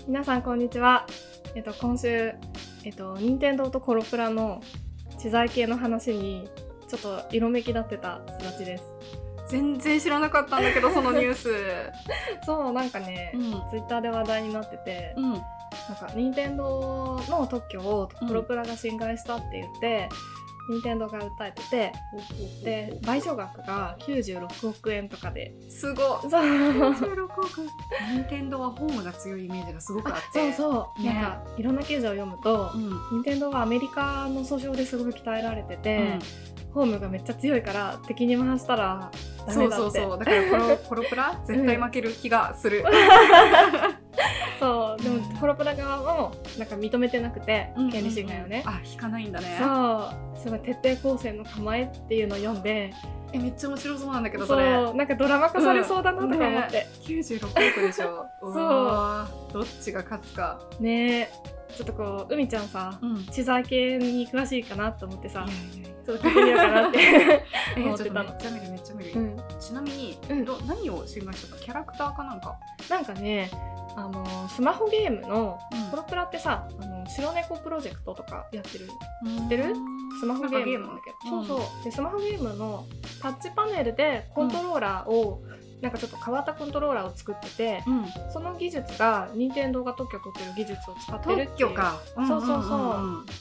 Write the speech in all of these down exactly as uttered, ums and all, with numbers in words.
皆さんこんにちは。えっと今週えっと任天堂とコロプラの知財系の話にちょっと色めき立ってたすだちです。 全然知らなかったんだけどそのニュースそうなんかね、 うん、 ツイッターで話題になってて、 うん、 なんか任天堂の特許をコロプラが侵害したって言って、うん、任天堂が訴えてて、で賠償額がきゅうじゅうろくおくえんとかで、 すごい。 そうきゅうじゅうろくおく。任天堂はホームが強いイメージがすごくあって、 そうそう、ね、なんかいろんな記事を読むと、うん、任天堂はアメリカの訴訟ですごく鍛えられてて、うん、ホームがめっちゃ強いから敵に回したらダメだって。そうそうそう、 だからコロ、コロプラ絶対負ける気がする、うん、 そうでもコロプラ側もなんか認めてなくて、うん、権利侵害をね、 あ、引かないんだね。 そうすごい徹底抗戦の構えっていうのを読んで、 えめっちゃ面白そうなんだけど、それそうなんかドラマ化されそうだなとか思って、 うんね、きゅうじゅうろくおくでしょそうどっちが勝つかね。 ちょっとこう海ちゃんさ、うん、知財系に詳しいかなと思ってさ、 いやいやいやちょっと聞いてみようかなって思ってたの。 めっちゃ見るめっちゃ見る、 うん、 ちなみに、うん、ど何を侵害しちゃった？キャラクターかなんかなんかね、あのスマホゲームの、うん、コロプラってさ、あの白猫プロジェクトとかやってる、知ってる？スマホゲームなんだけど、うん、そうそうでスマホゲームのタッチパネルでコントローラーを、うん、なんかちょっと変わったコントローラーを作ってて、うん、その技術が任天堂が特許取ってる技術を使ってるっていう特許か、 そうそうそう、うんうん、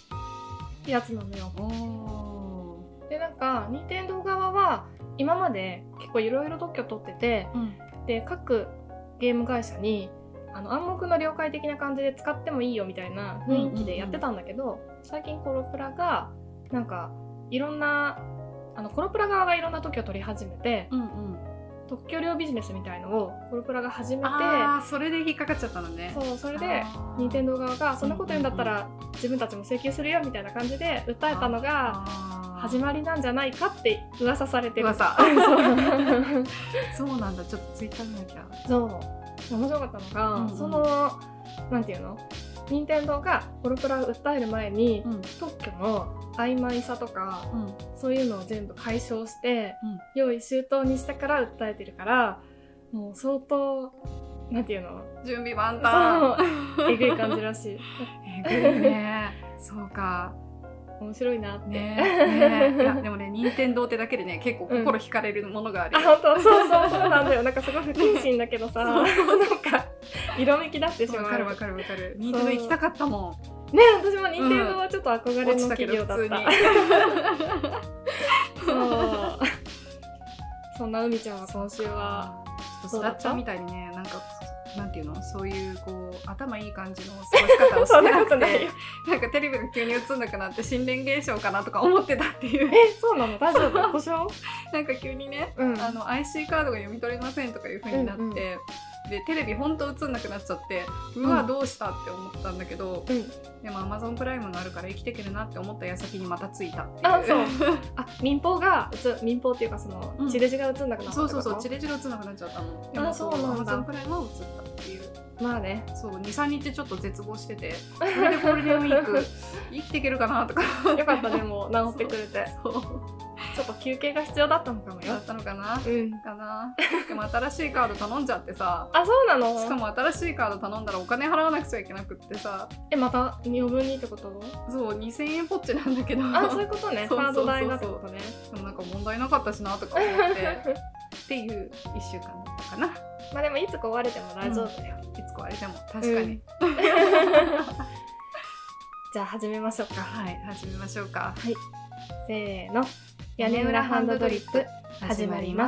やつなのよ。でなんか任天堂側は今まで結構いろいろ特許取ってて、うん、で各ゲーム会社にあの暗黙の了解的な感じで使ってもいいよみたいな雰囲気でやってたんだけど、うんうんうん、最近コロプラがなんかいろんなあのコロプラ側がいろんな特許を取り始めて、うんうん、特許料ビジネスみたいのをコロプラが始めて、 あそれで引っかかっちゃったのね。 そうそれで任天堂側がそんなこと言うんだったら自分たちも請求するよみたいな感じで訴えたのが始まりなんじゃないかって噂されてる。 噂そうなんだ。ちょっとツイッター見なきゃ。 そう面白かったのが、うんうん、そのなんていうの任天堂がコロプラを訴える前に、うん、特許の曖昧さとか、うん、そういうのを全部解消して、うん、用意周到にしたから訴えてるから、もう相当なんていうの準備万端えぐい感じらしいえぐいねそうか面白いなってねねいやでもね任天堂ってだけでね結構心惹かれるものがある、 うん、あ本当そうそうそうなんだよ。なんかすごい不謹慎だけどさなんか色めきだってしまう。 わかるわかるわかる。任天堂行きたかったもんね。私も任天堂はちょっと憧れの企業だった、うん、そうそんな海ちゃんは今週はスラッチャーみたいにね、なんかなんていうのそういうこう頭いい感じの過ごし方をしてなくてないなんかテレビが急に映んなくなって心霊現象かなとか思ってたっていうえそうなの大丈夫故障なんか急にね、うん、あの アイシー カードが読み取れませんとかいう風になって、うんうん、でテレビほんと映んなくなっちゃってうわ、うん、どうしたって思ったんだけど、うん、でも Amazon プライムがあるから生きていけるなって思った矢先にまたついたっていう。 あそうあ民放が民放っていうかその、うん、地デジが映んなくなったってこと。 そうそうそう地デジが映んなくなっちゃったの。でもあそうなんだ。 Amazon プライムは映ったっていう。 まあねそう にさんにちちょっと絶望しててこれでゴールデンウィーク生きていけるかなとかよかったでも治ってくれてそうそうちょっと休憩が必要だったのかもよ。 だったのかな、 うん、 かなでも新しいカード頼んじゃってさあそうなの。 しかも新しいカード頼んだらお金払わなくちゃいけなくってさえまた余分にってこと？ そうにせんえんポッチなんだけどあそういうことねカード代だってことね。 でもなんか問題なかったしなとか思ってっていういっしゅうかんだったかな。 まあでもいつ壊れても大丈夫だよ、 うん、いつ壊れても確かに、うん、 じゃあ始めましょうか。 はい始めましょうか。 はいせーの屋根裏ハンドドリップ始まります。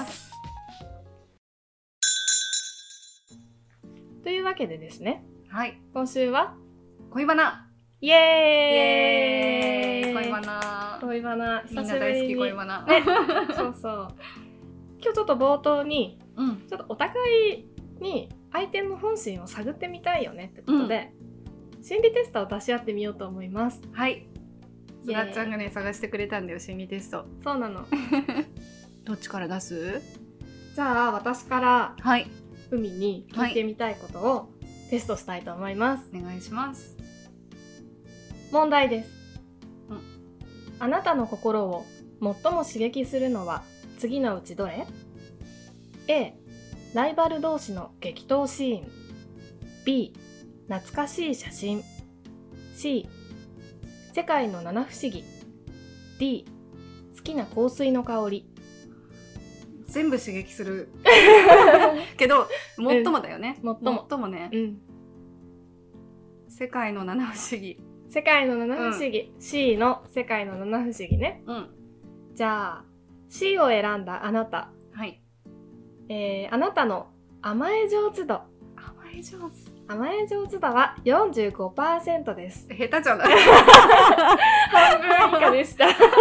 というわけでですね、 はい、 今週は恋バナイエーイ。 恋バナ恋バナみんな大好き恋バナ、 ね、そうそう今日ちょっと冒頭に、うん、ちょっとお互いに相手の本心を探ってみたいよねってことで、うん、心理テストを出し合ってみようと思います。 はいすがちゃんがね探してくれたんだよ心理テスト。 そうなのどっちから出す？ じゃあ私からはい海に聞いてみたいことをテストしたいと思います、 はい、お願いします。 問題です、 うん、 あなたの心を最も刺激するのは次のうちどれ？ A ライバル同士の激闘シーン B 懐かしい写真。 C 世界の七不思議。 D 好きな香水の香り。 全部刺激するけど最もだよね、 うん、最も最もね、うん、世界の七不思議。 世界の七不思議、うん、C の世界の七不思議ね、うん、じゃあ C を選んだあなた、はい、えー、あなたの甘え上手度。甘え上手甘え上手度は よんじゅうごパーセント です。 下手じゃない半分以下でした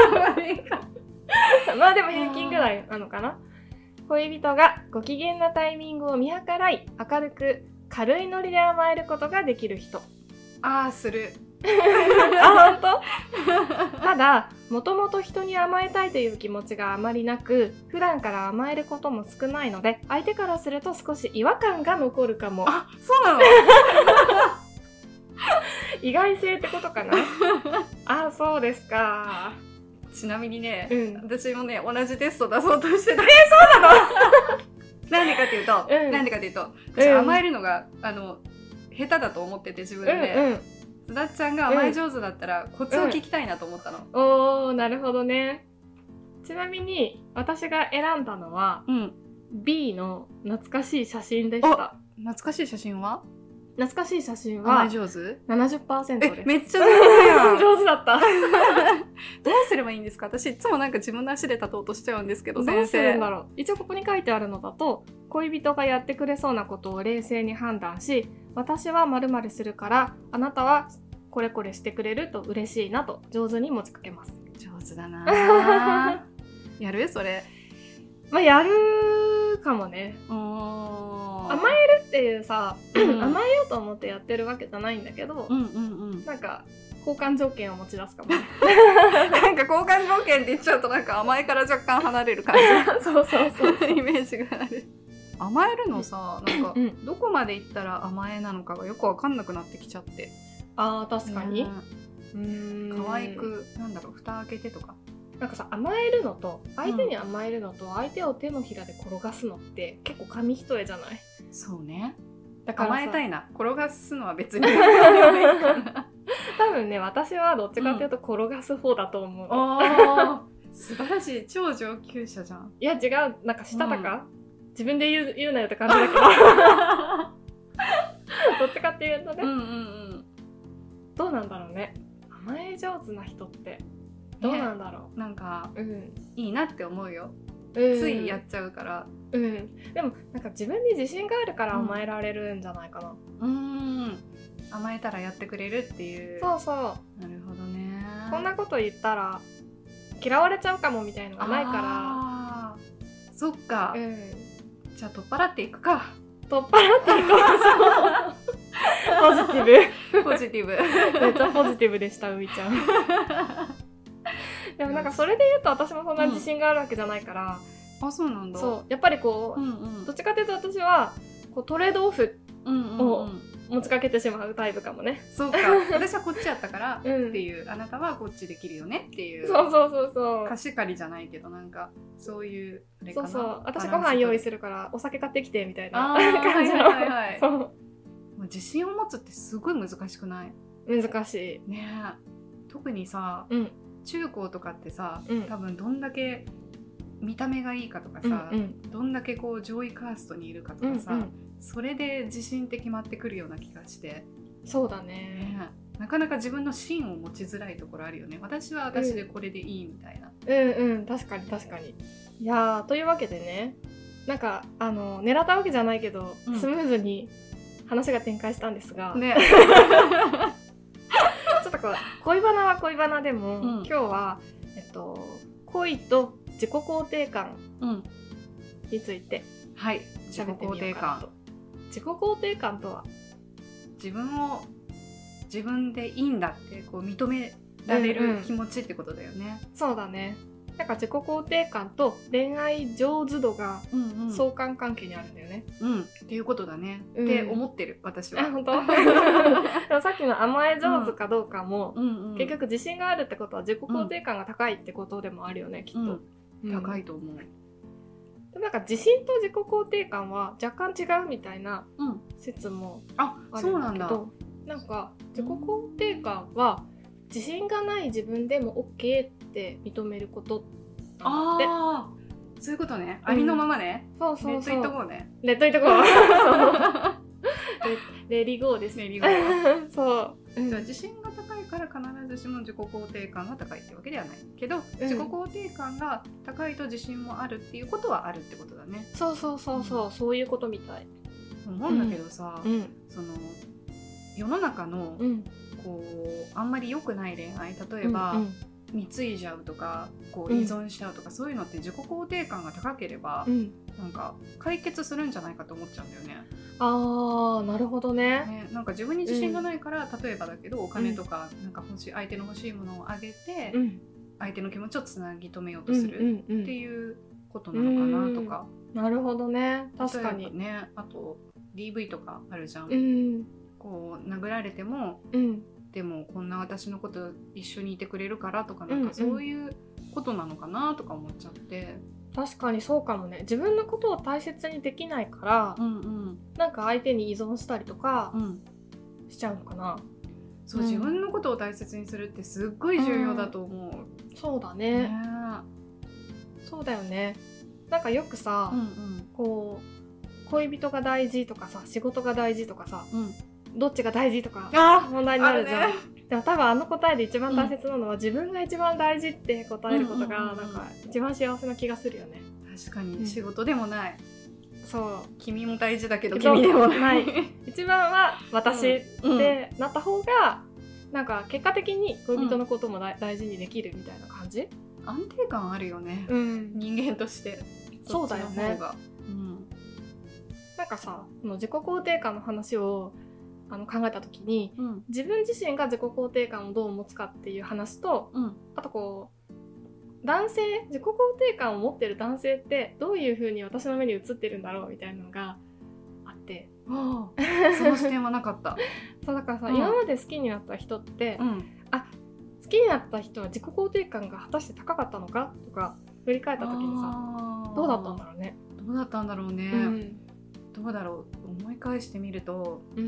まあでも平均ぐらいなのかな。恋人がご機嫌なタイミングを見計らい、明るく軽いノリで甘えることができる人。 あーするあ、本当ただ、もともと人に甘えたいという気持ちがあまりなく、普段から甘えることも少ないので、相手からすると少し違和感が残るかも。 あ、そうなの意外性ってことかなあ、そうですか。 ちなみにね、 うん、 私もね、同じテスト出そうとしてた。 えー、そうなのなんでかっていうと、うん、なんでかっていうと、私甘えるのが、あの、下手だと思ってて自分で。うんうん、すだっちゃんが甘え上手だったら、うん、コツを聞きたいなと思ったの、 うん、おー、なるほどね。ちなみに私が選んだのは、うん、B の懐かしい写真でした。 懐かしい写真は懐かしい写真は甘え上手ななじゅっパーセント です。 え、めっちゃ上手やん上手だったどうすればいいんですか？私いつもなんか自分の足で立とうとしちゃうんですけど、先生どうするんだろう。一応ここに書いてあるのだと、恋人がやってくれそうなことを冷静に判断し、私は〇〇するからあなたはこれこれしてくれると嬉しいなと上手に持ちかけます。 上手だなやるそれ。 まあやるかもね。甘えるっていうさ、うん、甘えようと思ってやってるわけじゃないんだけど、うんうんうん、なんか交換条件を持ち出すかもねなんか交換条件って言っちゃうとなんか甘えから若干離れる感じそうそうそうイメージがある。甘えるのさ、なんか、うん、どこまで行ったら甘えなのかがよく分かんなくなってきちゃって。 あー確かに、 うん、うーん可愛くなんだろう蓋開けてとか。 なんかさ、甘えるのと相手に甘えるのと、相手を手のひらで転がすのって結構紙一重じゃない？ そうね。だから甘えたいな。転がすのは別に多分ね、私はどっちかっていうと転がす方だと思う、うん、 あ素晴らしい。超上級者じゃん。 いや違う、なんかしたたか、うん、自分で言う、言うなよって感じだけどどっちかっていうとね、うんうんうん、どうなんだろうね。甘え上手な人ってどうなんだろう、 ね、なんか、うん、いいなって思うよ、うん、ついやっちゃうから、 うん、でもなんか自分に自信があるから甘えられるんじゃないかな。 うん、うーん甘えたらやってくれるっていう。 そうそう。 なるほどね。 こんなこと言ったら嫌われちゃうかもみたいのがないから。 あそっか、うん、じゃあ取っ払っていくか。 取っ払っていくかポジティブポジティブめっちゃポジティブでした、うみちゃんでもなんかそれで言うと私もそんな自信があるわけじゃないから、 うん、あ、そうなんだ。 そうやっぱりこう、うんうん、どっちかというと私はこうトレードオフを持ちかけてしまうタイプかもね。 そうか私はこっちやったからっていう、うん、あなたはこっちできるよねっていう。 そうそうそうそう。 貸し借りじゃないけどなんかそういうあれかな。 そうそう私ご飯用意するからお酒買ってきてみたいな感じの。はいはいはい、そう自信を持つってすごい難しくない？ 難しいね。特にさ、うん、中高とかってさ、うん、多分どんだけ見た目がいいかとかさ、うんうん、どんだけこう上位カーストにいるかとかさ、うんうん、それで自信って決まってくるような気がして。 そうだ ね, ねなかなか自分の芯を持ちづらいところあるよね。私は私でこれでいいみたいな。 うんうん、確かに確かに。いやーというわけでね、なんかあの狙ったわけじゃないけど、うん、スムーズに話が展開したんですが、ね、ちょっとこう恋バナは恋バナでも、うん、今日は、えっと、恋と自己肯定感について喋ってみようかなと。自己肯定感とは自分を自分でいいんだってこう認められる気持ちってことだよね、 うんうん、そうだね。なんか自己肯定感と恋愛上手度が相関関係にあるんだよね。 うん、うん、っていうことだね、うん、って思ってる私は。 本当さっきの甘え上手かどうかも、うんうん、結局自信があるってことは自己肯定感が高いってことでもあるよね、うん、きっと、 うん、高いと思う。 なんか自信と自己肯定感は若干違うみたいな説もあるんだけど、うん、なんか自己肯定感は自信がない自分でも OK って認めることなんだって。 あー、そういうことね、ありのままね、うん、そうそうそう、レッドいっとこうね、 レッドいっとこうレリゴーですね、レリゴーそう、じゃあ自信が高いから必ずしも自己肯定感が高いってわけではないけど、うん、自己肯定感が高いと自信もあるっていうことはあるってことだね。 そうそうそうそう、うん、そういうことみたい。 思うんだけどさ、うん、その世の中の、うん、こうあんまり良くない恋愛、例えば、うんうん、貢いじゃうとかこう依存しちゃうとか、うん、そういうのって自己肯定感が高ければ、うん、なんか解決するんじゃないかと思っちゃうんだよね。 あー、なるほど ね, ねなんか自分に自信がないから、うん、例えばだけどお金とか、なんか欲しい相手の欲しいものをあげて、うん、相手の気持ちをつなぎ止めようとするっていうことなのかなとか、 うんうんうん、なるほどね、確かにね。あと ディーブイ とかあるじゃん、うん、こう殴られても、うん、でもこんな私のこと一緒にいてくれるからとか、なんかそういうことなのかなとか思っちゃって、 うんうん、確かにそうかもね。自分のことを大切にできないから、うんうん、なんか相手に依存したりとかしちゃうのかな、うん、 そう、うん、自分のことを大切にするってすっごい重要だと思う、 うん、そうだ ね, ねそうだよね。なんかよくさ、うんうん、こう恋人が大事とかさ、仕事が大事とかさ、うん、どっちが大事とか問題になるじゃん、ね、でも多分あの答えで一番大切なのは、うん、自分が一番大事って答えることがなんか一番幸せな気がするよね。 確かに、うん、仕事でもない、 そう君も大事だけど君でもない一番は私ってなった方が、うん、なんか結果的に恋人のことも大事にできるみたいな感じ、 うん、安定感あるよね、うん、人間として。 そうだよね、うん、なんかさ、この自己肯定感の話をあの考えた時に、うん、自分自身が自己肯定感をどう持つかっていう話と、うん、あとこう男性、自己肯定感を持ってる男性ってどういう風に私の目に映ってるんだろうみたいなのがあって、 あその視点はなかったそうだからさ、うん、今まで好きになった人って、うん、あ好きになった人は自己肯定感が果たして高かったのかとか振り返った時にさ、どうだったんだろうね。 どうだったんだろうね、うん、どうだろう、思い返してみると、うん、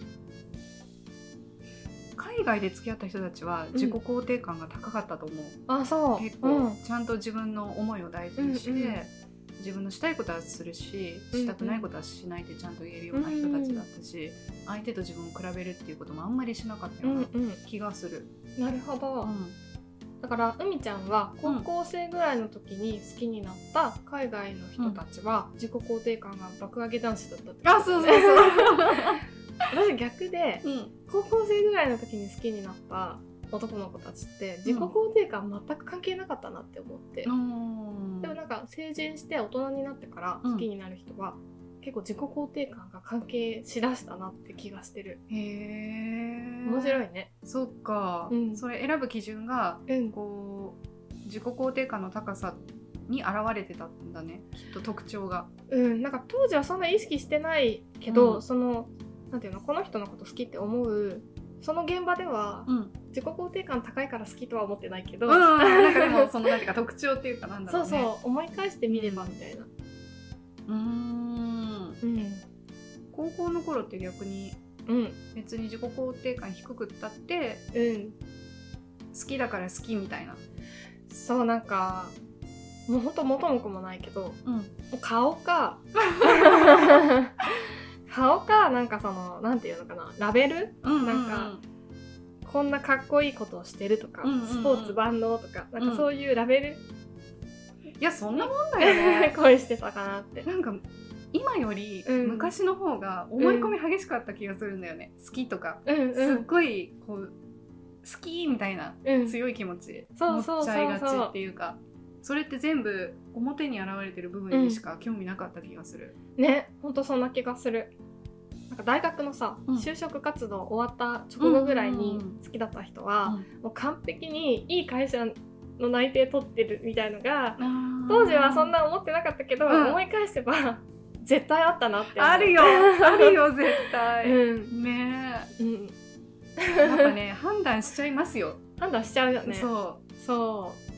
海外で付き合った人たちは自己肯定感が高かったと思う、 うん、あそう結構、うん、ちゃんと自分の思いを大事にして、うんうん、自分のしたいことはするし、したくないことはしないってちゃんと言えるような人たちだったし、うんうん、相手と自分を比べるっていうこともあんまりしなかったような気がする、 うんうん、なるほど、うん、だから海ちゃんは高校生ぐらいの時に好きになった海外の人たちは自己肯定感が爆上げ男子だったってこと、ね、 あそうそうそう私逆で、うん、高校生ぐらいの時に好きになった男の子たちって自己肯定感全く関係なかったなって思って、うん、でもなんか成人して大人になってから好きになる人は、うん、結構自己肯定感が関係しだしたなって気がしてる。 へー、 面白いね。 そっか、うん、それ選ぶ基準が、うん、こう自己肯定感の高さに現れてたんだね、きっと特徴が。 うんなんか当時はそんな意識してないけど、うん、そのなんていうの、この人のこと好きって思うその現場では、うん、自己肯定感高いから好きとは思ってないけど、うん、 なんかでもそのなんていうか特徴っていうかなんだろうね。 そうそう思い返してみればみたいな。 うーん、うん、高校の頃って逆に、うん、別に自己肯定感低くったって、うん、好きだから好きみたいな。 そうなんかもうほんと元も子もないけど、うん、もう顔か顔かなんかそのなんていうのかなラベル、うんうんうん、なんかこんなかっこいいことをしてるとか、うんうんうん、スポーツ万能とかなんかそういうラベル、 うん、いやそんなもんだよね恋してたかなって。 なんか今より昔の方が思い込み激しかった気がするんだよね、うん、好きとか、うんうん、すっごいこう好きみたいな強い気持ち持っちゃいがちっていうか、それって全部表に現れてる部分にしか興味なかった気がする、 うん、ね、ほんとそんな気がする。なんか大学のさ、うん、就職活動終わった直後ぐらいに好きだった人は、うんうんうん、もう完璧にいい会社の内定取ってるみたいのが、当時はそんな思ってなかったけど、うん、思い返せば絶対あったなって思う。 あるよあるよ絶対、うん、ねえ、うん、やっぱね判断しちゃいますよ。 判断しちゃうよね。 そうそう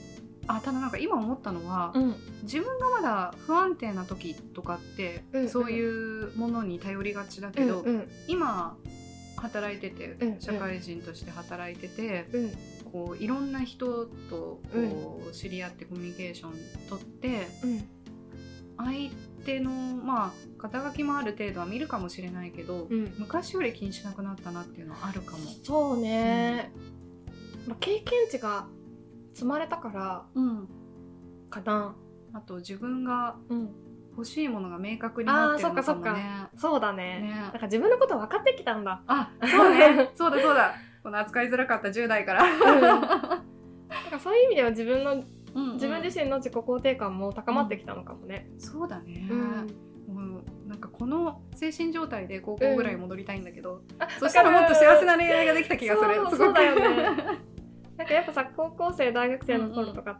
あただなんか今思ったのは、うん、自分がまだ不安定な時とかって、うんうん、そういうものに頼りがちだけど、うんうん、今働いてて、うんうん、社会人として働いてて、うん、こういろんな人とこう知り合ってコミュニケーション取って、うん、相手のまあ肩書きもある程度は見るかもしれないけど、うん、昔より気にしなくなったなっていうのはあるかも。 そうね、うんまあ、経験値が積まれたから、うん、かな。 あと自分が欲しいものが明確になってるのかもね。 あ、そっかそっか。そうだね。ね、なんか自分のこと分かってきたんだ。 あ、そうね。そうだそうだ。この扱いづらかったじゅう代から。うん、 なんかそういう意味では自分の、うんうん、自分自身の自己肯定感も高まってきたのかもね。 うん、そうだね。うん、もうなんかこの精神状態で高校ぐらい戻りたいんだけど、うん、そしたらもっと幸せな恋愛ができた気がする。 そう、そうだよね。なんかやっぱさ、高校生大学生の頃とかって、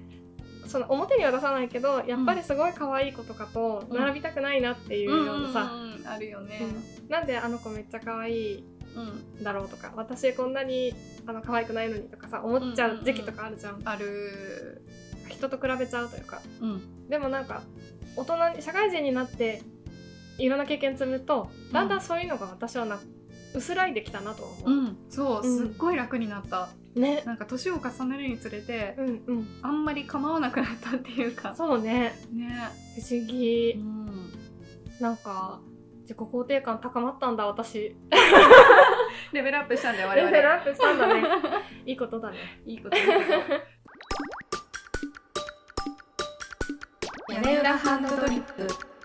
うんうん、その表には出さないけどやっぱりすごい可愛い子とかと並びたくないなっていうようなさ、 うんうんうん、あるよね、 うん、なんであの子めっちゃ可愛いだろうとか、私こんなにあの可愛くないのにとかさ思っちゃう時期とかあるじゃん、うんうんうん、 ある。 人と比べちゃうというか、うん、でもなんか大人に社会人になっていろんな経験積むとだんだんそういうのが私はな薄らいできたなと思う、 うん、そう、すっごい楽になった、ね、なんか年を重ねるにつれて、うんうん、あんまり構わなくなったっていうか。 そうね、ね、不思議、うん、なんか自己肯定感高まったんだ私。 レベルアップしたんだよ我々。 レベルアップしたんだね。いいことだね。 いいことだね。 屋根裏ハンドドリップ。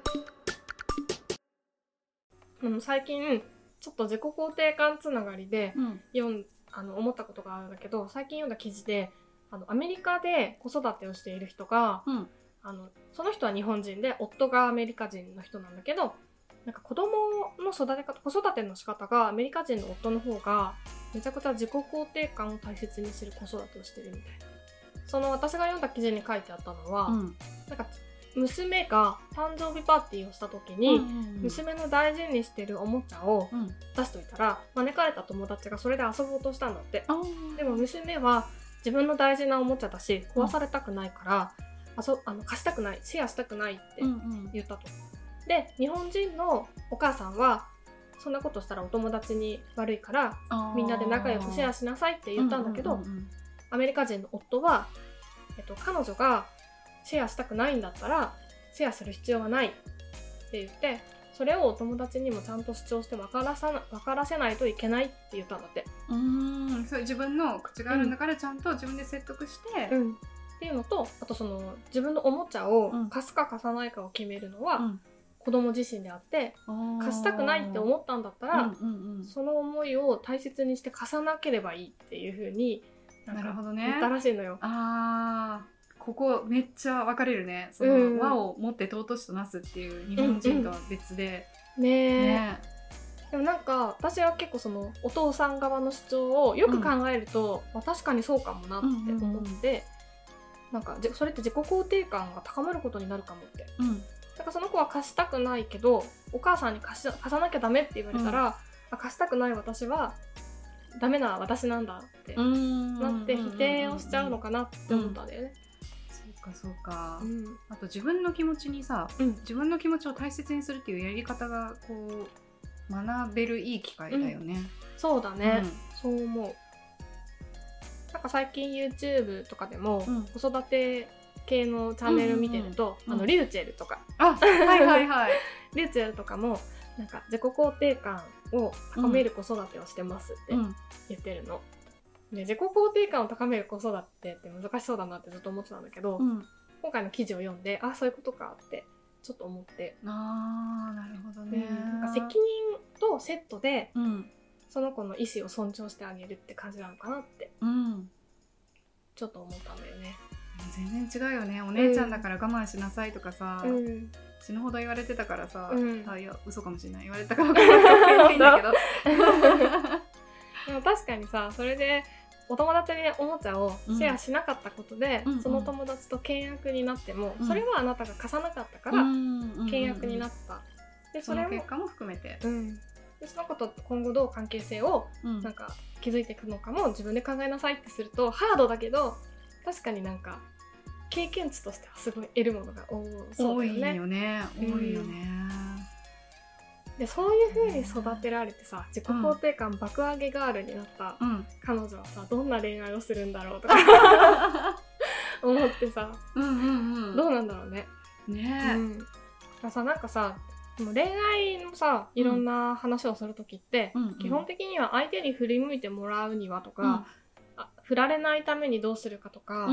うん、最近ちょっと自己肯定感つながりで、うん、読んあの思ったことがあるんだけど、最近読んだ記事であのアメリカで子育てをしている人が、うん、あのその人は日本人で夫がアメリカ人の人なんだけど、なんか子供の育て方、子育ての仕方がアメリカ人の夫の方がめちゃくちゃ自己肯定感を大切にする子育てをしてるみたいな。その私が読んだ記事に書いてあったのは、うん、なんか娘が誕生日パーティーをした時に、うんうんうん、娘の大事にしてるおもちゃを出しといたら、うん、招かれた友達がそれで遊ぼうとしたんだって。でも娘は自分の大事なおもちゃだし壊されたくないから、うん、あそあの貸したくない、シェアしたくないって言ったと、うんうん、で日本人のお母さんはそんなことしたらお友達に悪いからみんなで仲良くシェアしなさいって言ったんだけど、うんうんうんうん、アメリカ人の夫は、えっと、彼女がシェアしたくないんだったらシェアする必要はないって言って、それをお友達にもちゃんと主張して分からさな、分からせないといけないって言ったんだって。 うーん、そう自分の口があるんだからちゃんと自分で説得して、 うん、っていうのと、あとその自分のおもちゃを貸すか貸さないかを決めるのは、うん、子供自身であって、貸したくないって思ったんだったら、うんうんうん、その思いを大切にして貸さなければいいっていう風になんか言ったらしいのよ。 あー、ここめっちゃ分かれるね。その、うん、和を持って尊しとなすっていう日本人とは別で、 うんうん、ねえ、ね、でもなんか私は結構そのお父さん側の主張をよく考えると、うん、確かにそうかもなって思って、うんうんうん、なんかそれって自己肯定感が高まることになるかもって、うん、だからその子は貸したくないけどお母さんに貸し、貸さなきゃダメって言われたら、うん、あ、貸したくない私はダメな私なんだってなって否定をしちゃうのかなって思ったんだよね。 そうかそうか、うん、あと自分の気持ちにさ、うん、自分の気持ちを大切にするっていうやり方がこう学べるいい機会だよね、うん、 そうだね、うん、そう思う。なんか最近 YouTube とかでも、うん、子育て系のチャンネル見てると、うんうんうん、あのリューチェルとか、 あ、はいはいはいリューチェルとかもなんか自己肯定感を高める子育てをしてますって言ってるの、うん、で自己肯定感を高める子育てって難しそうだなってずっと思ってたんだけど、うん、今回の記事を読んで、あ、そういうことかってちょっと思って、 あー、なるほどね、 うん、なんか責任とセットで、うん、その子の意思を尊重してあげるって感じなのかなって、うん、ちょっと思ったんだよね。 全然違うよね。お姉ちゃんだから我慢しなさいとかさ、うん、死ぬほど言われてたからさ、うん、あ、いや嘘かもしれない、言われたから分からないんだけどでも確かにさ、それでお友達におもちゃをシェアしなかったことで、うん、その友達と契約になっても、うん、それはあなたが貸さなかったから契約になった、うんうんうん、でそれもその結果も含めて、 うん、でその子と今後どう関係性をなんか築いていくのかも自分で考えなさいってするとハードだけど、確かになんか経験値としてはすごい得るものが多そうだよね。 多いよね、多いよね、 うん、でそういう風に育てられてさ、自己肯定感爆上げガールになった彼女はさ、どんな恋愛をするんだろうとか思ってさ、うんうんうん、どうなんだろうね。ねえ、うん、ださなんかさ、恋愛のさいろんな話をするときって、うんうん、基本的には相手に振り向いてもらうにはとか、うん、あ振られないためにどうするかとか、うん、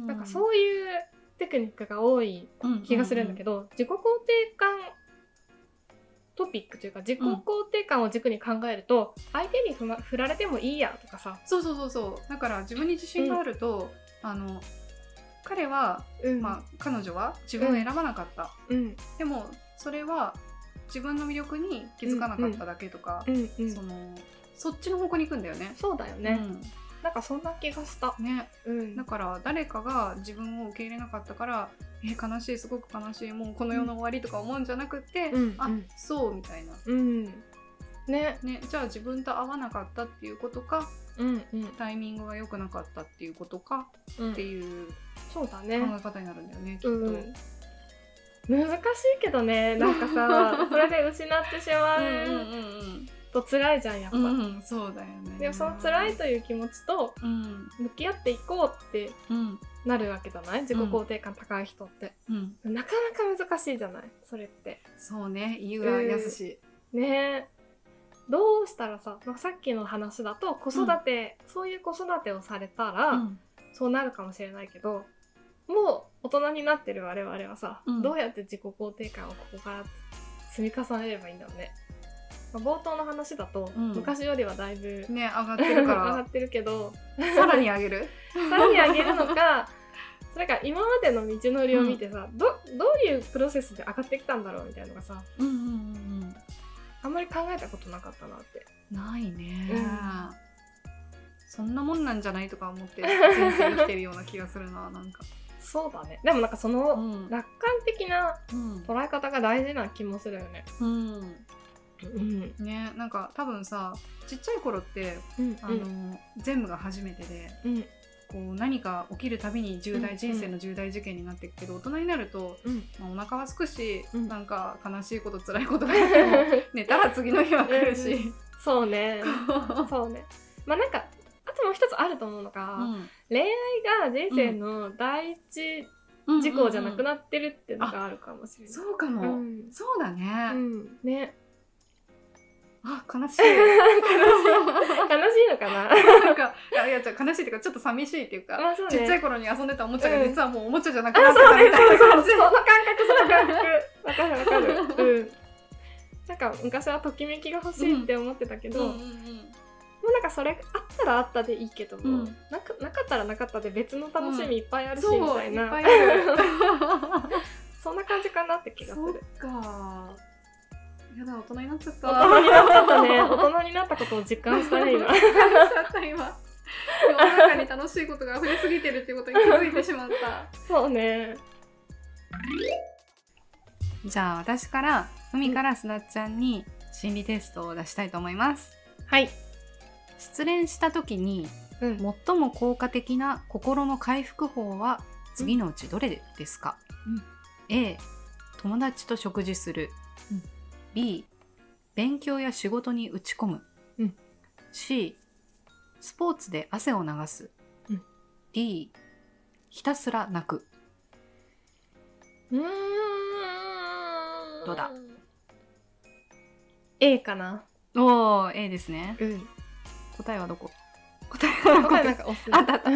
なんかそういうテクニックが多い気がするんだけど、うんうんうん、自己肯定感トピックというか自己肯定感を軸に考えると、うん、相手にふ、ま、振られてもいいやとかさ、 そうそうそうそう、だから自分に自信があると、うん、あの彼は、うんまあ、彼女は自分を選ばなかった、うん、でもそれは自分の魅力に気づかなかっただけとか、うんうん、そのそっちの方向に行くんだよね。 そうだよね、うん、なんかそんな気がしたね、 うん、だから誰かが自分を受け入れなかったからえ悲しいすごく悲しいもうこの世の終わりとか思うんじゃなくて、うん、あ、うん、そうみたいな、うんねね、じゃあ自分と合わなかったっていうことか、うんうん、タイミングが良くなかったっていうことか、うん、っていうそうだね考え方になるんだよね、きっと、うん、 難しいけどね、なんかさそれで失ってしまうと辛いじゃんやっぱ、うんうん、そうだよね。でもその辛いという気持ちと向き合っていこうってなるわけじゃない、自己肯定感高い人って、うん、なかなか難しいじゃない、それって。 そうね、言うが優しい、ねえ、どうしたらさ、まあ、さっきの話だと子育て、うん、そういう子育てをされたら、うん、そうなるかもしれないけど、もう大人になってる我々はさ、うん、どうやって自己肯定感をここから積み重ねればいいんだろうね。まあ、冒頭の話だと、うん、昔よりはだいぶ、 ね、上がってるから上がってるけどさらに上げるさらに上げるのかそれか今までの道のりを見てさ、うん、ど, どういうプロセスで上がってきたんだろうみたいなのがさ、うんうんうんうん、あんまり考えたことなかったなって。 ないね、うん、そんなもんなんじゃないとか思って人生生きてるような気がするななんかそうだね。でもなんかその、うん、楽観的な捉え方が大事な気もするよね、うんうん、ね、なんか多分さちっちゃい頃って、うん、あの、うん、全部が初めてで、うん、こう何か起きるたびに重大、うん、人生の重大事件になっていくけど、大人になると、うんまあ、お腹はすくし、うん、なんか悲しいこと辛いことがあっても寝たら次の日は来るし、うん、 そうねそうね、まあなんかあともう一つあると思うのが、うん、恋愛が人生の第一事項じゃなくなってるっていうのがあるかもしれない、 うんうんうん、そうかも、うん、そうだね、うん、ね、あ、悲しい悲しいのかななんかいやいやじゃ悲しいっていうかちょっと寂しいっていうか、まあそうね、ちっちゃい頃に遊んでたおもちゃが実はもうおもちゃじゃなくなってたみたいな感じ、 その感覚その感覚わかるわかる、うん、なんか昔はときめきが欲しいって思ってたけど、うんうんうんうん、もうなんかそれあったらあったでいいけども、うん、な, かなかったらなかったで別の楽しみいっぱいあるし、うん、みたいな、そういっぱいあるそんな感じかなって気がする。 そっか、やだ、大人になっちゃった。 大人になっちゃったね。大人になったことを実感したね、今。 実感しちゃった、今。世の中に楽しいことが溢れすぎてるっていうことに気づいてしまった。 そうね。 じゃあ、私から、海からすだっちゃんに心理テストを出したいと思います。 はい。 失恋した時に、うん、最も効果的な心の回復法は次のうちどれですか？うん、A、友達と食事する。うん、B、勉強や仕事に打ち込む、うん、C、スポーツで汗を流す、うん、D、ひたすら泣く。うーん、どうだ？ A かな。 おー、A ですね、うん、答えはどこ？答えはどこ？答えなんか押す。あったあった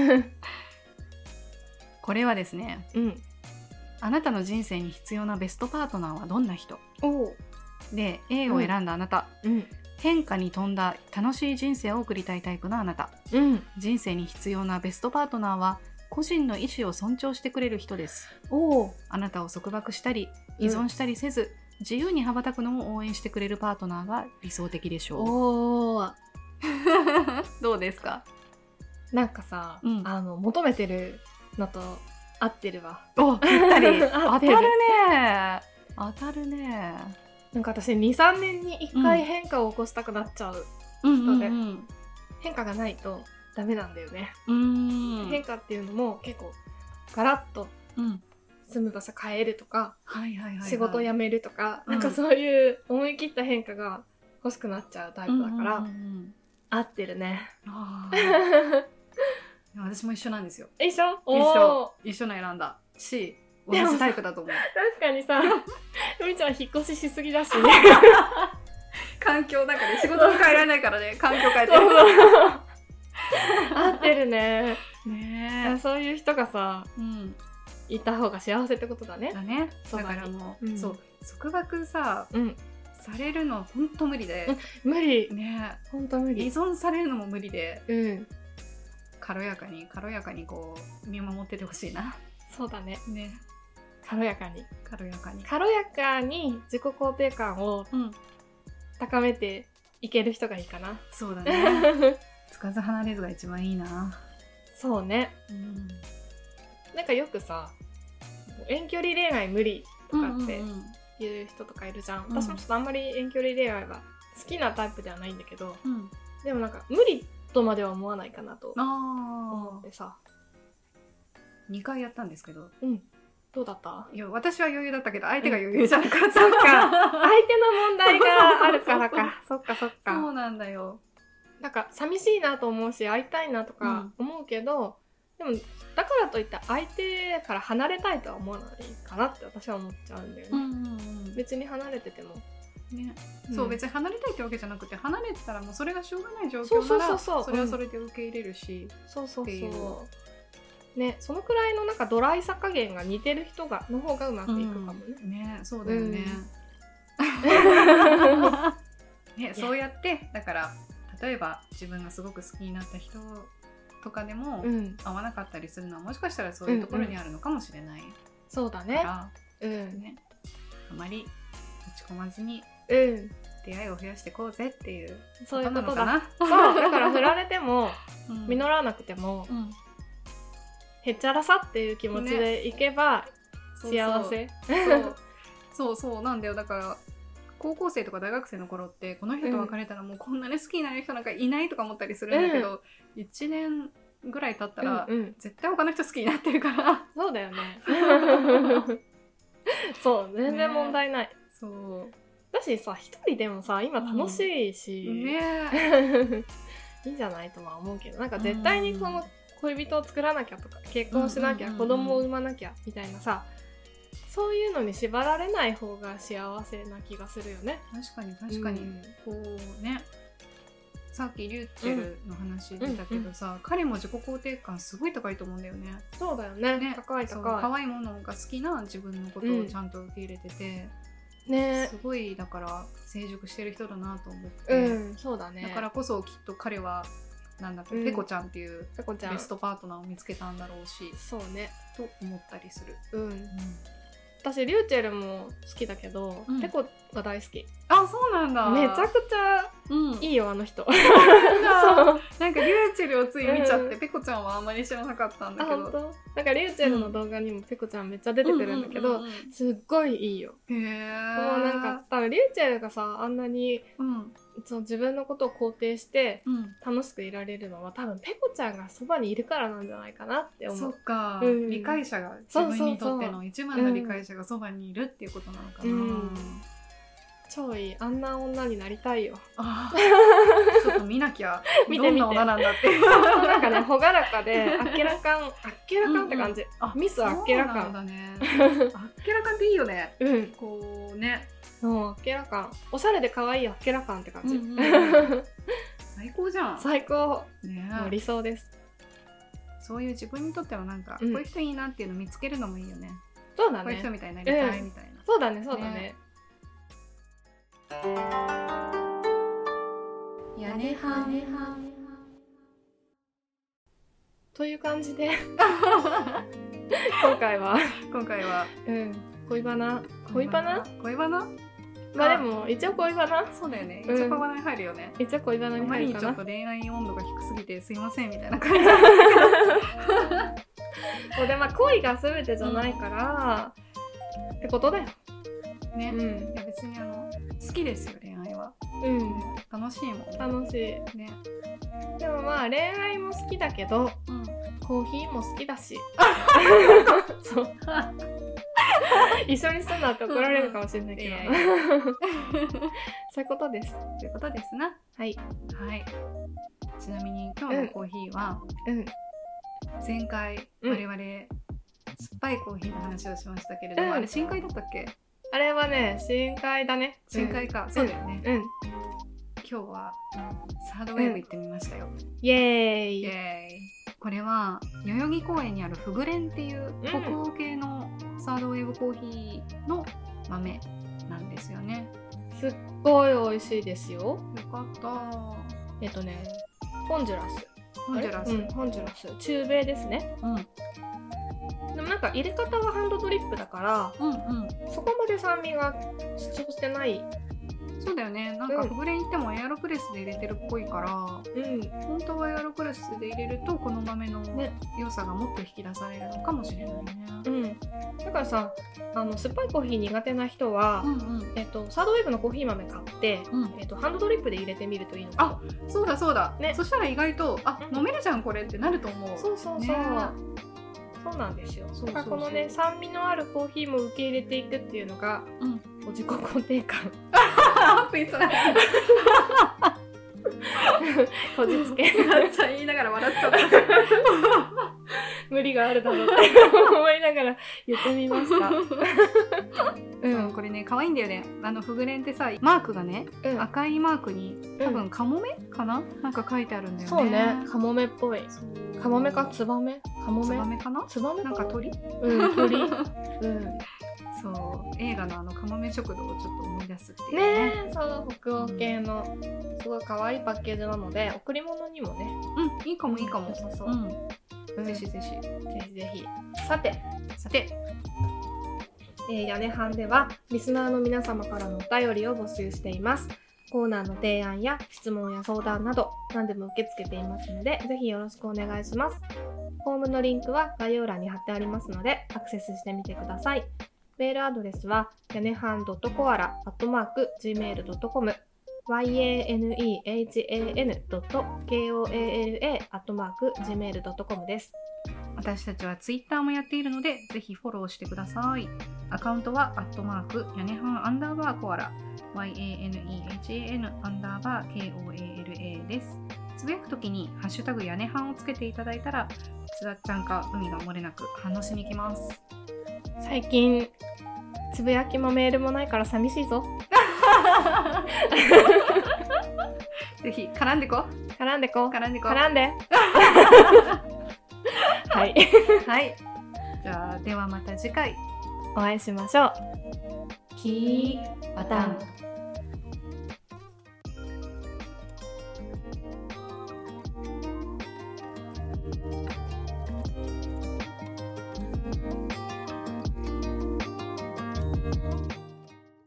これはですね、うん、あなたの人生に必要なベストパートナーはどんな人？おで A を選んだあなた、うん、変化に富んだ楽しい人生を送りたいタイプのあなた、うん、人生に必要なベストパートナーは個人の意思を尊重してくれる人です。おあなたを束縛したり依存したりせず、うん、自由に羽ばたくのを応援してくれるパートナーが理想的でしょう。おどうですか？ なんかさ、うん、あの求めてるのと合ってるわ。 お、ぴったり当たるね当たるね。 なんか私 にさんねんにいっかい変化を起こしたくなっちゃう人で、うんうんうん、変化がないとダメなんだよね。うーん、変化っていうのも結構ガラッとうん、住む場所変えるとか、 はいはいはいはい、 仕事辞めるとか、うん、なんかそういう思い切った変化が欲しくなっちゃうタイプだから、うんうんうんうん、合ってるね。あ私も一緒なんですよ。 一緒？ 一緒一緒の選んだし、同じタイプだと思う。 確かにさ、みちゃん引っ越ししすぎだしね。 環境なんかね、仕事も変えられないからね、環境変えて。 合ってるね。 ねえ。 そういう人がさ、うん、いた方が幸せってことだね。 だね。だからもう、うん、そう束縛さ、うん、されるのほんと無理で、 うん、無理ね。 ほんと無理。 依存されるのも無理で、 うん、 軽やかに軽やかにこう見守っててほしいな。 そうだね。 ね。 軽やかに軽やかに軽やかに自己肯定感を高めていける人がいいかな、うん、 そうだね。つかず離れずが一番いいな。 そうね、うん、なんかよくさ遠距離恋愛無理とかって言う人とかいるじゃん、うんうんうん、私もちょっとあんまり遠距離恋愛は好きなタイプではないんだけど、うん、でもなんか無理とまでは思わないかなと思ってさにかいやったんですけど、 うんどうだった？ いや私は余裕だったけど相手が余裕じゃなかった、うん、 そっか相手の問題があるからかそっかそっかそうなんだよ。 なんか寂しいなと思うし会いたいなとか思うけど、うん、でもだからといって相手から離れたいとは思わないかなって私は思っちゃうんだよね、うんうんうん、別に離れててもね、うん、そう別に離れたいってわけじゃなくて離れてたらもうそれがしょうがない状況ならそれはそれで受け入れるし、 うん、そうそうそうね、そのくらいのなんかドライさ加減が似てる人がの方がうまくいくかもね、 うん、ねそうだよね、うん、ねそうやってだから例えば自分がすごく好きになった人とかでも、うん、合わなかったりするのはもしかしたらそういうところにあるのかもしれない、うんうん、 そうだね、うんねあまり落ち込まずに、 うん、 出会いを増やしていこうぜっていうそういうことだな。そうだから振られても、うん、実らなくても、うん、へっちゃらさっていう気持ちでいけば、ね、幸せ。 そうそうそうなんだよ。だから高校生とか大学生の頃ってこの人と別れたらもうこんなに好きになる人なんかいないとか思ったりするんだけど、うん、いちねんぐらい経ったら、うんうん、絶対他の人好きになってるからそうだよねそう全然問題ない、ね、 そうだしさ一人でもさ今楽しいし、 うんね、 いいんじゃないとは思うけどなんか絶対にこの恋人を作らなきゃとか結婚しなきゃ、うんうんうんうん、子供を産まなきゃみたいなさそういうのに縛られない方が幸せな気がするよね。 確かに確かに、うん、こうねさっきリューチェルの話出たけどさ、うんうんうん、彼も自己肯定感すごい高いと思うんだよね。 そうだよね、ね高い高い可愛いものが好きな自分のことをちゃんと受け入れてて、 うんね、 すごいだから成熟してる人だなと思って、 うん、そうだね。 だからこそきっと彼はなんだっけ、うん、ペコちゃんっていうベストパートナーを見つけたんだろうしそうねと思ったりする、 うんうん、私リューチェルも好きだけど、うん、ペコが大好き。 あ、そうなんだ。 めちゃくちゃいいよ、うん、あの人。 そうなんかリューチェルをつい見ちゃって、うん、ペコちゃんはあんまり知らなかったんだけど。あ、本当？なんかリューチェルの動画にもペコちゃんめっちゃ出てくるんだけど、うんうんうんうん、すっごいいいよ。 へー。 もうなんか多分リューチェルがさあんなに、うん、そう自分のことを肯定して楽しくいられるのは、うん、多分ペコちゃんがそばにいるからなんじゃないかなって思う。 そっか、うん、理解者が自分にとっての一番の理解者がそばにいるっていうことなのかな、うん、 超いい。あんな女になりたいよ。 あちょっと見なきゃ見てみてどんな女なんだってなんかね朗らかであっけらかんあっけらかんって感じ、うんうん、あミスあっけらかん。 そうなんだねあっけらかんっていいよね、 うん、 こうねあっけらかんおしゃれで可愛いあっけらかんって感じ、うんうん、 最高じゃん。 最高、ね、もう理想です。 そういう自分にとってはなんか、うん、こういう人いいなっていうのを見つけるのもいいよね。 そうだね。 こういう人みたいになりたいみたいな、 うん、そうだねそうだね、ね屋根はねはという感じで今回は今回は、 うん、恋バナ恋バナ恋バナまあでも一応恋バナそうだよね、一応恋バナに入るよね、 うん、一応恋バナに入るかな。 あまりにちょっと恋愛温度が低すぎてすいませんみたいな感じもうでまあ恋が全てじゃないから、うん、ってことだよね、うん、いや別にあの好きですよ恋愛は、 うん、 楽しいもん。 楽しいね。 でもまあ恋愛も好きだけど、うん、 コーヒーも好きだしそう一緒にすんなって怒られるかもしれないけど、うんうん、そういうことです。 そういうことですな。 はい、 はい、ちなみに今日のコーヒーは、うん、前回我々、うん、酸っぱいコーヒーの話をしましたけれども、うん、あれ深海だったっけ？ あれはね深海だね。 深海か、うん、そうだよね、うんうん、今日はサードウェーブ行ってみましたよ、 うん、イエーイ。 イエーイ。これは代々木公園にあるフグレンっていう北欧系のサードウェーブコーヒーの豆なんですよね。 すっごい美味しいですよ。よかった。 えっとねホンジュラスホンジュラス、 うん、ホンジュラス中米ですね。うん。でもなんか入れ方はハンドドリップだから、うんうん、そこまで酸味が主張してない。 そうだよね。なんかフグレン行ってもエアロプレスで入れてるっぽいから、うん、本当はエアロプレスで入れるとこの豆の良さがもっと引き出されるのかもしれないね。 うん。だからさ、あの酸っぱいコーヒー苦手な人は、うんうん、えっとサードウェーブのコーヒー豆買って、うん、えっとハンドドリップで入れてみるといいのか。 あ、そうだそうだ。ね。そしたら意外とあ、うん、飲めるじゃんこれってなると思う。 そうそうそう。ね、そうなんですよ。だからこのね酸味のあるコーヒーも受け入れていくっていうのが、うん、自己肯定感アップいつらこじつけ言いながら笑っちゃった無理があるだろうって思いながら言ってみました、 うん、これね可愛いんだよね。あのフグレンってさマークがね、うん、赤いマークに多分カモメかな、なんか書いてあるんだよね。 そうね、カモメっぽい。カモメかツバメ？カモメ？ ツバメかな？ ツバメかな？ なんか鳥？ うん鳥。うん。 そう映画のあのカモメ食堂をちょっと思い出すっていうね。ね、そう北欧系のすごい可愛いパッケージなので贈り物にもね。 うんいいかもいいかも。 そうそう。 うん、ぜひぜひぜひぜひ。さてさて。 えー、屋根班ではリスナーの皆様からのお便りを募集しています。コーナーの提案や質問や相談など何でも受け付けていますのでぜひよろしくお願いします。フォームのリンクは概要欄に貼ってありますのでアクセスしてみてください。メールアドレスはやねはん .koala アットマーク ジーメール ドットコム ヤネハン ドット コアラ アットマーク ジーメール ドットコム です。 私たちはツイッターもやっているのでぜひフォローしてください。アカウントはアットマークやねはんアンダーバーコアラ ヤネハン アンダーバー コアラ です。つぶやくときにハッシュタグやねはんをつけていただいたらつだっちゃんか海が漏れなく反応しに行きます。 最近つぶやきもメールもないから寂しいぞぜひ絡んでこ絡んでこ絡んでこ絡んではいはいじゃあではまた次回お会いしましょう。 キーパターン。